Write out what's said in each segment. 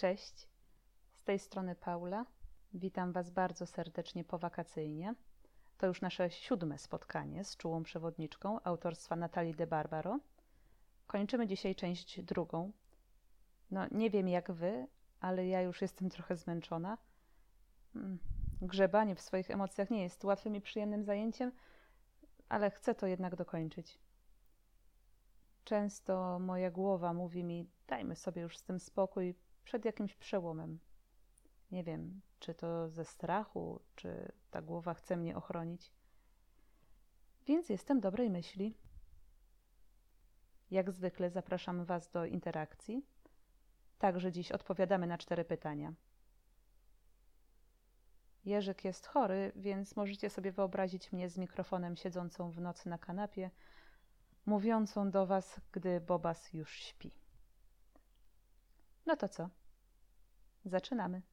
Cześć, z tej strony Paula. Witam Was bardzo serdecznie powakacyjnie. To już nasze 7. spotkanie z czułą przewodniczką autorstwa Natalii de Barbaro. Kończymy dzisiaj część 2. Nie wiem jak Wy, ale ja już jestem trochę zmęczona. Grzebanie w swoich emocjach nie jest łatwym i przyjemnym zajęciem, ale chcę to jednak dokończyć. Często moja głowa mówi mi, dajmy sobie już z tym spokój przed jakimś przełomem. Nie wiem, czy to ze strachu, czy ta głowa chce mnie ochronić. Więc jestem dobrej myśli. Jak zwykle zapraszam Was do interakcji. Także dziś odpowiadamy na 4 pytania. Jerzyk jest chory, więc możecie sobie wyobrazić mnie z mikrofonem siedzącą w nocy na kanapie, mówiącą do Was, gdy Bobas już śpi. No to co? Zaczynamy.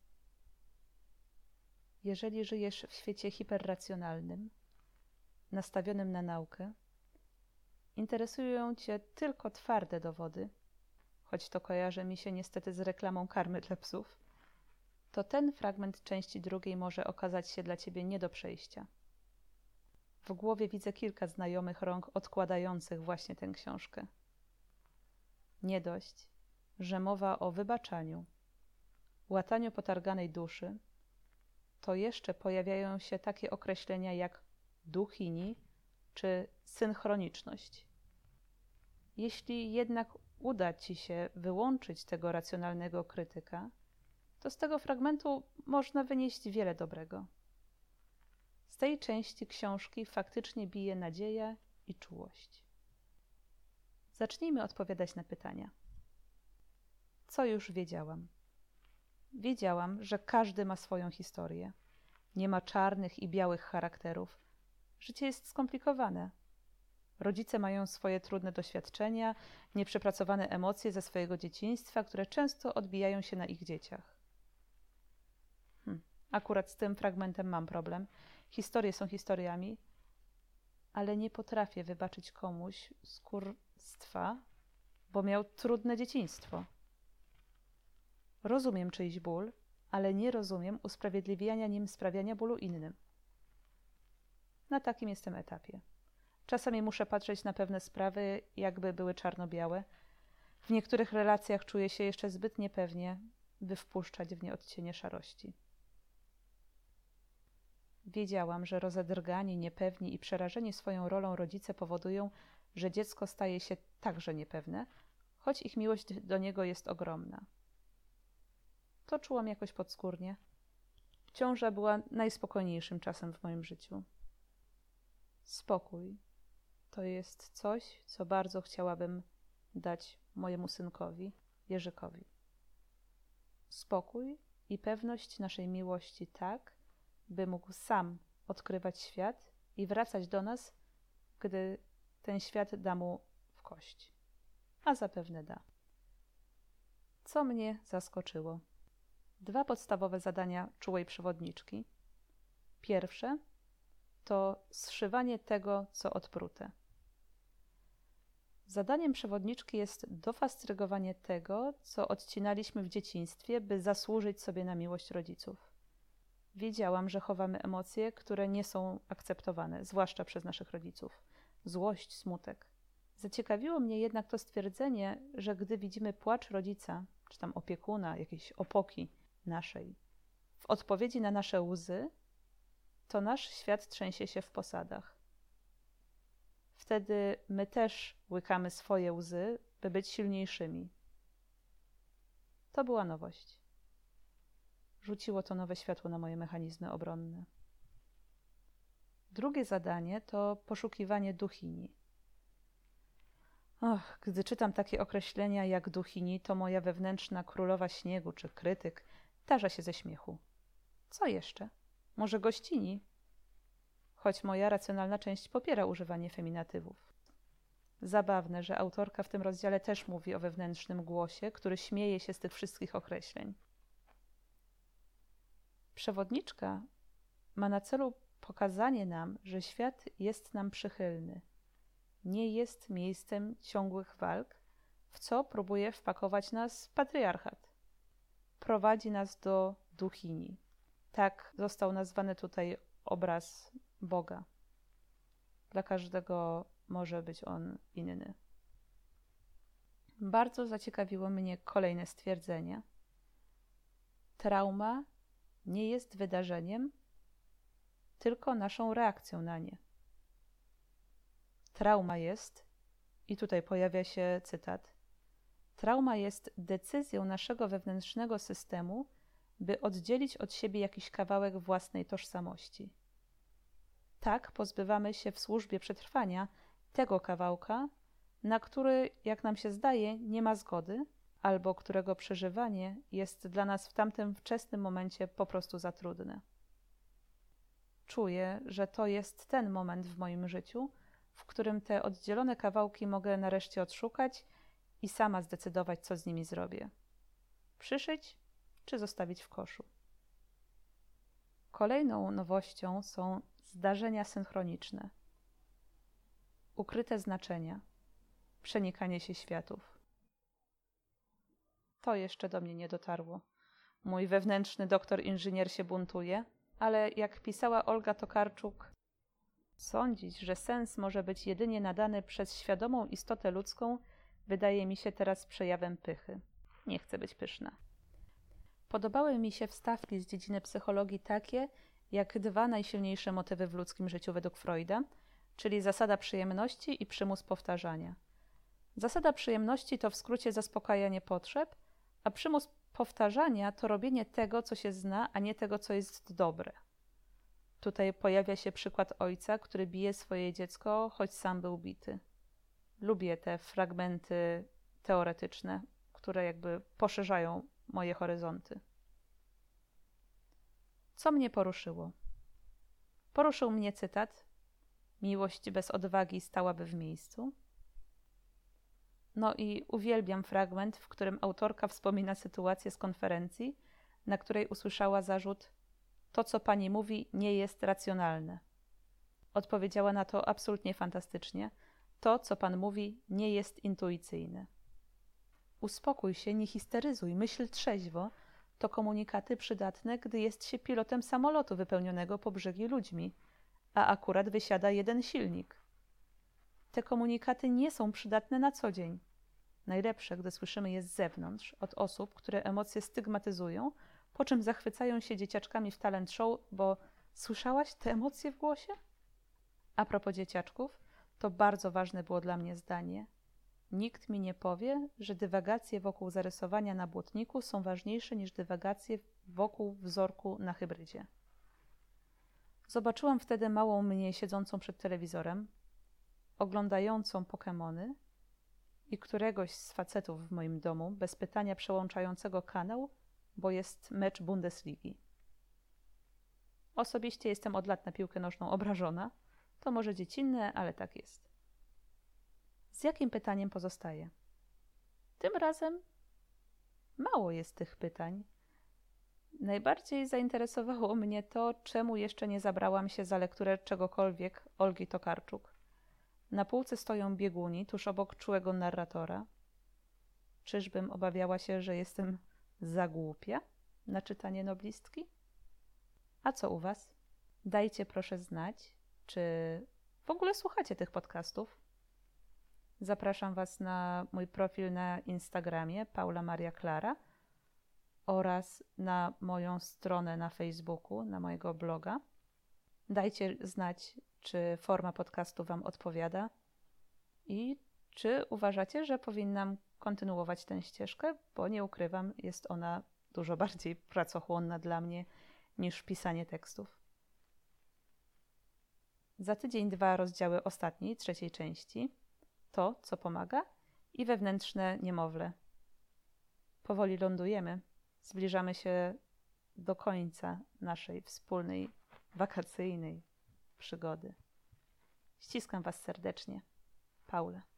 Jeżeli żyjesz w świecie hiperracjonalnym, nastawionym na naukę, interesują Cię tylko twarde dowody, choć to kojarzy mi się niestety z reklamą karmy dla psów, to ten fragment części 2 może okazać się dla Ciebie nie do przejścia. W głowie widzę kilka znajomych rąk odkładających właśnie tę książkę. Nie dość, że mowa o wybaczaniu, łataniu potarganej duszy, to jeszcze pojawiają się takie określenia jak duchini czy synchroniczność. Jeśli jednak uda Ci się wyłączyć tego racjonalnego krytyka, to z tego fragmentu można wynieść wiele dobrego. Z tej części książki faktycznie bije nadzieja i czułość. Zacznijmy odpowiadać na pytania. Co już wiedziałam? Wiedziałam, że każdy ma swoją historię. Nie ma czarnych i białych charakterów. Życie jest skomplikowane. Rodzice mają swoje trudne doświadczenia, nieprzepracowane emocje ze swojego dzieciństwa, które często odbijają się na ich dzieciach. Akurat z tym fragmentem mam problem. Historie są historiami, ale nie potrafię wybaczyć komuś skórstwa, bo miał trudne dzieciństwo. Rozumiem czyjś ból, ale nie rozumiem usprawiedliwiania nim sprawiania bólu innym. Na takim jestem etapie. Czasami muszę patrzeć na pewne sprawy, jakby były czarno-białe. W niektórych relacjach czuję się jeszcze zbyt niepewnie, by wpuszczać w nie odcienie szarości. Wiedziałam, że rozedrgani, niepewni i przerażeni swoją rolą rodzice powodują, że dziecko staje się także niepewne, choć ich miłość do niego jest ogromna. To czułam jakoś podskórnie. Ciąża była najspokojniejszym czasem w moim życiu. Spokój to jest coś, co bardzo chciałabym dać mojemu synkowi, Jerzykowi. Spokój i pewność naszej miłości tak, by mógł sam odkrywać świat i wracać do nas, gdy ten świat da mu w kość. A zapewne da. Co mnie zaskoczyło? 2 podstawowe zadania czułej przewodniczki. Pierwsze to zszywanie tego, co odprute. Zadaniem przewodniczki jest dofastrygowanie tego, co odcinaliśmy w dzieciństwie, by zasłużyć sobie na miłość rodziców. Wiedziałam, że chowamy emocje, które nie są akceptowane, zwłaszcza przez naszych rodziców. Złość, smutek. Zaciekawiło mnie jednak to stwierdzenie, że gdy widzimy płacz rodzica, czy tam opiekuna, jakiejś opoki naszej, w odpowiedzi na nasze łzy, to nasz świat trzęsie się w posadach. Wtedy my też łykamy swoje łzy, by być silniejszymi. To była nowość. Rzuciło to nowe światło na moje mechanizmy obronne. Drugie zadanie to poszukiwanie duchini. Gdy czytam takie określenia jak duchini, to moja wewnętrzna królowa śniegu czy krytyk tarza się ze śmiechu. Co jeszcze? Może gościni? Choć moja racjonalna część popiera używanie feminatywów. Zabawne, że autorka w tym rozdziale też mówi o wewnętrznym głosie, który śmieje się z tych wszystkich określeń. Przewodniczka ma na celu pokazanie nam, że świat jest nam przychylny. Nie jest miejscem ciągłych walk, w co próbuje wpakować nas patriarchat. prowadzi nas do duchini. Tak został nazwany tutaj obraz Boga. Dla każdego może być on inny. Bardzo zaciekawiło mnie kolejne stwierdzenie. Trauma nie jest wydarzeniem, tylko naszą reakcją na nie. Trauma jest, i tutaj pojawia się cytat, trauma jest decyzją naszego wewnętrznego systemu, by oddzielić od siebie jakiś kawałek własnej tożsamości. Tak pozbywamy się w służbie przetrwania tego kawałka, na który, jak nam się zdaje, nie ma zgody, albo którego przeżywanie jest dla nas w tamtym wczesnym momencie po prostu za trudne. Czuję, że to jest ten moment w moim życiu, w którym te oddzielone kawałki mogę nareszcie odszukać i sama zdecydować, co z nimi zrobię. Przyszyć czy zostawić w koszu. Kolejną nowością są zdarzenia synchroniczne. Ukryte znaczenia. Przenikanie się światów. To jeszcze do mnie nie dotarło. Mój wewnętrzny doktor inżynier się buntuje, ale jak pisała Olga Tokarczuk, sądzić, że sens może być jedynie nadany przez świadomą istotę ludzką, wydaje mi się teraz przejawem pychy. Nie chcę być pyszna. Podobały mi się wstawki z dziedziny psychologii takie, jak 2 najsilniejsze motywy w ludzkim życiu według Freuda, czyli zasada przyjemności i przymus powtarzania. Zasada przyjemności to w skrócie zaspokajanie potrzeb, a przymus powtarzania to robienie tego, co się zna, a nie tego, co jest dobre. Tutaj pojawia się przykład ojca, który bije swoje dziecko, choć sam był bity. Lubię te fragmenty teoretyczne, które jakby poszerzają moje horyzonty. Co mnie poruszyło? Poruszył mnie cytat: miłość bez odwagi stałaby w miejscu. No i uwielbiam fragment, w którym autorka wspomina sytuację z konferencji, na której usłyszała zarzut: to, co pani mówi, nie jest racjonalne. Odpowiedziała na to absolutnie fantastycznie: to, co pan mówi, nie jest intuicyjne. Uspokój się, nie histeryzuj, myśl trzeźwo. To komunikaty przydatne, gdy jest się pilotem samolotu wypełnionego po brzegi ludźmi, a akurat wysiada jeden silnik. Te komunikaty nie są przydatne na co dzień. Najlepsze, gdy słyszymy je z zewnątrz, od osób, które emocje stygmatyzują, po czym zachwycają się dzieciaczkami w talent show, bo słyszałaś te emocje w głosie? A propos dzieciaczków, to bardzo ważne było dla mnie zdanie. Nikt mi nie powie, że dywagacje wokół zarysowania na błotniku są ważniejsze niż dywagacje wokół wzorku na hybrydzie. Zobaczyłam wtedy małą mnie siedzącą przed telewizorem, oglądającą Pokemony i któregoś z facetów w moim domu bez pytania przełączającego kanał, bo jest mecz Bundesligi. Osobiście jestem od lat na piłkę nożną obrażona. To może dziecinne, ale tak jest. Z jakim pytaniem pozostaje? Tym razem mało jest tych pytań. Najbardziej zainteresowało mnie to, czemu jeszcze nie zabrałam się za lekturę czegokolwiek Olgi Tokarczuk. Na półce stoją bieguni, tuż obok czułego narratora. Czyżbym obawiała się, że jestem za głupia na czytanie noblistki? A co u was? Dajcie proszę znać, czy w ogóle słuchacie tych podcastów. Zapraszam was na mój profil na Instagramie Paula Maria Klara oraz na moją stronę na Facebooku, na mojego bloga. Dajcie znać, czy forma podcastu wam odpowiada i czy uważacie, że powinnam kontynuować tę ścieżkę, bo nie ukrywam, jest ona dużo bardziej pracochłonna dla mnie niż pisanie tekstów. Za tydzień 2 rozdziały ostatniej, 3. części. To, co pomaga i wewnętrzne niemowlę. Powoli lądujemy. Zbliżamy się do końca naszej wspólnej, wakacyjnej przygody. Ściskam was serdecznie. Paula.